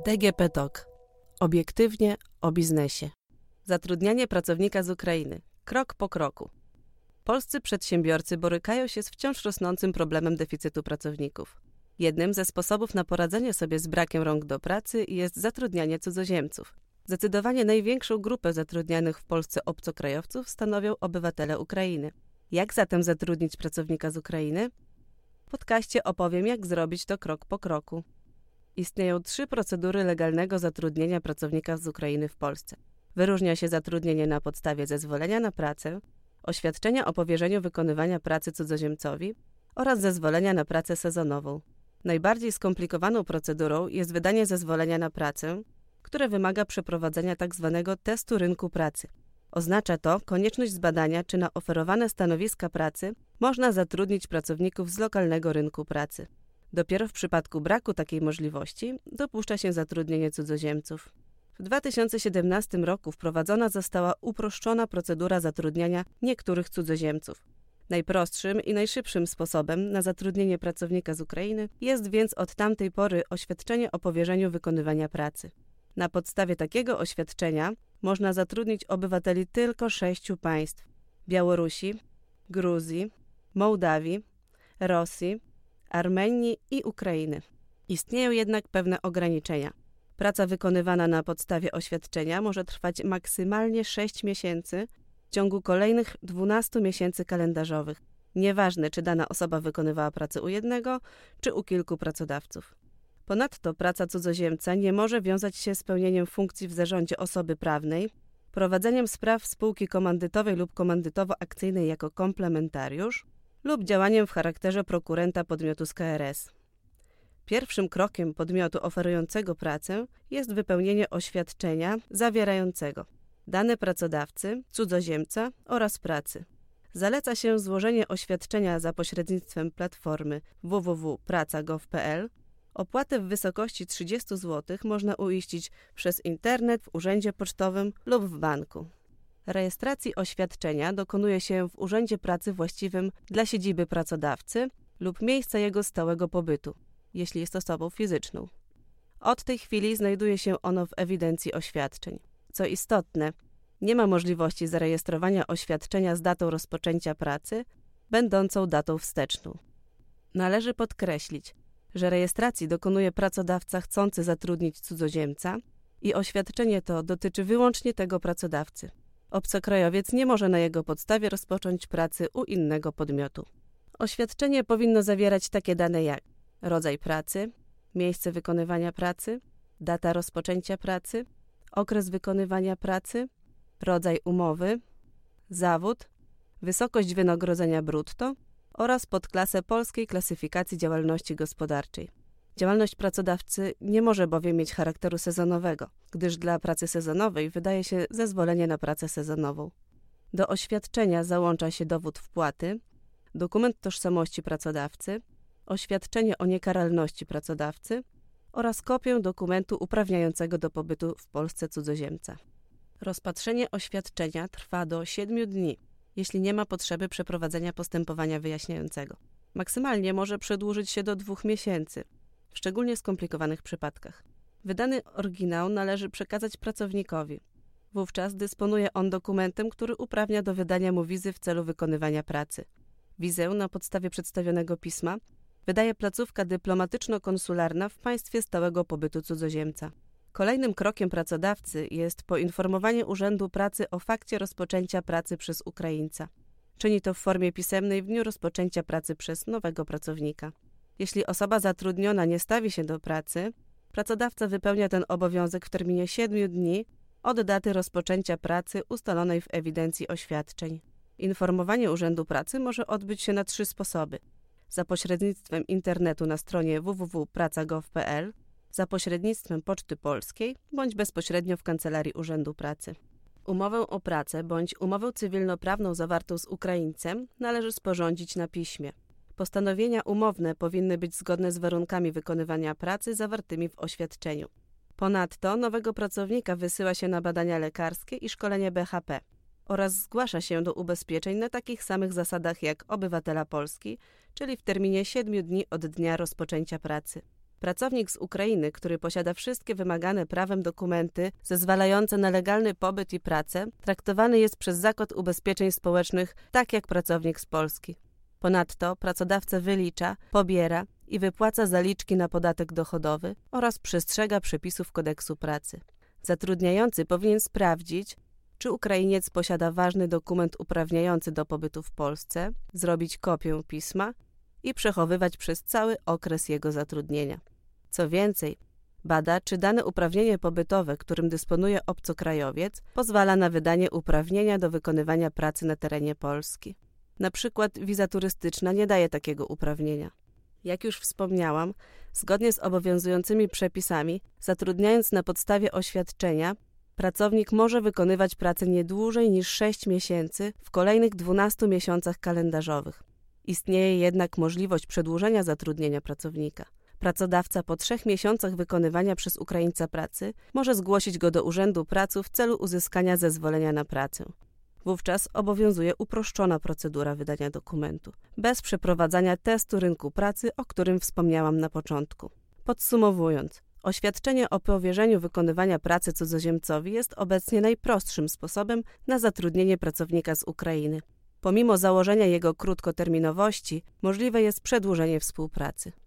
DGP Talk. Obiektywnie o biznesie. Zatrudnianie pracownika z Ukrainy. Krok po kroku. Polscy przedsiębiorcy borykają się z wciąż rosnącym problemem deficytu pracowników. Jednym ze sposobów na poradzenie sobie z brakiem rąk do pracy jest zatrudnianie cudzoziemców. Zdecydowanie największą grupę zatrudnianych w Polsce obcokrajowców stanowią obywatele Ukrainy. Jak zatem zatrudnić pracownika z Ukrainy? W podcaście opowiem, jak zrobić to krok po kroku. Istnieją 3 procedury legalnego zatrudnienia pracownika z Ukrainy w Polsce. Wyróżnia się zatrudnienie na podstawie zezwolenia na pracę, oświadczenia o powierzeniu wykonywania pracy cudzoziemcowi oraz zezwolenia na pracę sezonową. Najbardziej skomplikowaną procedurą jest wydanie zezwolenia na pracę, które wymaga przeprowadzenia tzw. testu rynku pracy. Oznacza to konieczność zbadania, czy na oferowane stanowiska pracy można zatrudnić pracowników z lokalnego rynku pracy. Dopiero w przypadku braku takiej możliwości dopuszcza się zatrudnienie cudzoziemców. W 2017 roku wprowadzona została uproszczona procedura zatrudniania niektórych cudzoziemców. Najprostszym i najszybszym sposobem na zatrudnienie pracownika z Ukrainy jest więc od tamtej pory oświadczenie o powierzeniu wykonywania pracy. Na podstawie takiego oświadczenia można zatrudnić obywateli tylko 6 państw: Białorusi, Gruzji, Mołdawii, Rosji, Armenii i Ukrainy. Istnieją jednak pewne ograniczenia. Praca wykonywana na podstawie oświadczenia może trwać maksymalnie 6 miesięcy w ciągu kolejnych 12 miesięcy kalendarzowych. Nieważne, czy dana osoba wykonywała pracę u jednego, czy u kilku pracodawców. Ponadto praca cudzoziemca nie może wiązać się z pełnieniem funkcji w zarządzie osoby prawnej, prowadzeniem spraw spółki komandytowej lub komandytowo-akcyjnej jako komplementariusz lub działaniem w charakterze prokurenta podmiotu z KRS. Pierwszym krokiem podmiotu oferującego pracę jest wypełnienie oświadczenia zawierającego dane pracodawcy, cudzoziemca oraz pracy. Zaleca się złożenie oświadczenia za pośrednictwem platformy www.praca.gov.pl. Opłatę w wysokości 30 zł można uiścić przez internet, w urzędzie pocztowym lub w banku. Rejestracji oświadczenia dokonuje się w urzędzie pracy właściwym dla siedziby pracodawcy lub miejsca jego stałego pobytu, jeśli jest osobą fizyczną. Od tej chwili znajduje się ono w ewidencji oświadczeń. Co istotne, nie ma możliwości zarejestrowania oświadczenia z datą rozpoczęcia pracy, będącą datą wsteczną. Należy podkreślić, że rejestracji dokonuje pracodawca chcący zatrudnić cudzoziemca i oświadczenie to dotyczy wyłącznie tego pracodawcy. Obcokrajowiec nie może na jego podstawie rozpocząć pracy u innego podmiotu. Oświadczenie powinno zawierać takie dane jak rodzaj pracy, miejsce wykonywania pracy, data rozpoczęcia pracy, okres wykonywania pracy, rodzaj umowy, zawód, wysokość wynagrodzenia brutto oraz podklasę Polskiej Klasyfikacji Działalności Gospodarczej. Działalność pracodawcy nie może bowiem mieć charakteru sezonowego, gdyż dla pracy sezonowej wydaje się zezwolenie na pracę sezonową. Do oświadczenia załącza się dowód wpłaty, dokument tożsamości pracodawcy, oświadczenie o niekaralności pracodawcy oraz kopię dokumentu uprawniającego do pobytu w Polsce cudzoziemca. Rozpatrzenie oświadczenia trwa do 7 dni, jeśli nie ma potrzeby przeprowadzenia postępowania wyjaśniającego. Maksymalnie może przedłużyć się do 2 miesięcy, w szczególnie skomplikowanych przypadkach. Wydany oryginał należy przekazać pracownikowi. Wówczas dysponuje on dokumentem, który uprawnia do wydania mu wizy w celu wykonywania pracy. Wizę na podstawie przedstawionego pisma wydaje placówka dyplomatyczno-konsularna w państwie stałego pobytu cudzoziemca. Kolejnym krokiem pracodawcy jest poinformowanie Urzędu Pracy o fakcie rozpoczęcia pracy przez Ukraińca. Czyni to w formie pisemnej w dniu rozpoczęcia pracy przez nowego pracownika. Jeśli osoba zatrudniona nie stawi się do pracy, pracodawca wypełnia ten obowiązek w terminie 7 dni od daty rozpoczęcia pracy ustalonej w ewidencji oświadczeń. Informowanie Urzędu Pracy może odbyć się na 3 sposoby: za pośrednictwem internetu na stronie www.praca.gov.pl, za pośrednictwem Poczty Polskiej bądź bezpośrednio w Kancelarii Urzędu Pracy. Umowę o pracę bądź umowę cywilnoprawną zawartą z Ukraińcem należy sporządzić na piśmie. Postanowienia umowne powinny być zgodne z warunkami wykonywania pracy zawartymi w oświadczeniu. Ponadto nowego pracownika wysyła się na badania lekarskie i szkolenie BHP oraz zgłasza się do ubezpieczeń na takich samych zasadach jak obywatela Polski, czyli w terminie 7 dni od dnia rozpoczęcia pracy. Pracownik z Ukrainy, który posiada wszystkie wymagane prawem dokumenty zezwalające na legalny pobyt i pracę, traktowany jest przez Zakład Ubezpieczeń Społecznych tak jak pracownik z Polski. Ponadto pracodawca wylicza, pobiera i wypłaca zaliczki na podatek dochodowy oraz przestrzega przepisów Kodeksu pracy. Zatrudniający powinien sprawdzić, czy Ukrainiec posiada ważny dokument uprawniający do pobytu w Polsce, zrobić kopię pisma i przechowywać przez cały okres jego zatrudnienia. Co więcej, bada, czy dane uprawnienie pobytowe, którym dysponuje obcokrajowiec, pozwala na wydanie uprawnienia do wykonywania pracy na terenie Polski. Na przykład wiza turystyczna nie daje takiego uprawnienia. Jak już wspomniałam, zgodnie z obowiązującymi przepisami, zatrudniając na podstawie oświadczenia, pracownik może wykonywać pracę nie dłużej niż 6 miesięcy w kolejnych 12 miesiącach kalendarzowych. Istnieje jednak możliwość przedłużenia zatrudnienia pracownika. Pracodawca po 3 miesiącach wykonywania przez Ukraińca pracy może zgłosić go do Urzędu Pracy w celu uzyskania zezwolenia na pracę. Wówczas obowiązuje uproszczona procedura wydania dokumentu, bez przeprowadzania testu rynku pracy, o którym wspomniałam na początku. Podsumowując, oświadczenie o powierzeniu wykonywania pracy cudzoziemcowi jest obecnie najprostszym sposobem na zatrudnienie pracownika z Ukrainy. Pomimo założenia jego krótkoterminowości, możliwe jest przedłużenie współpracy.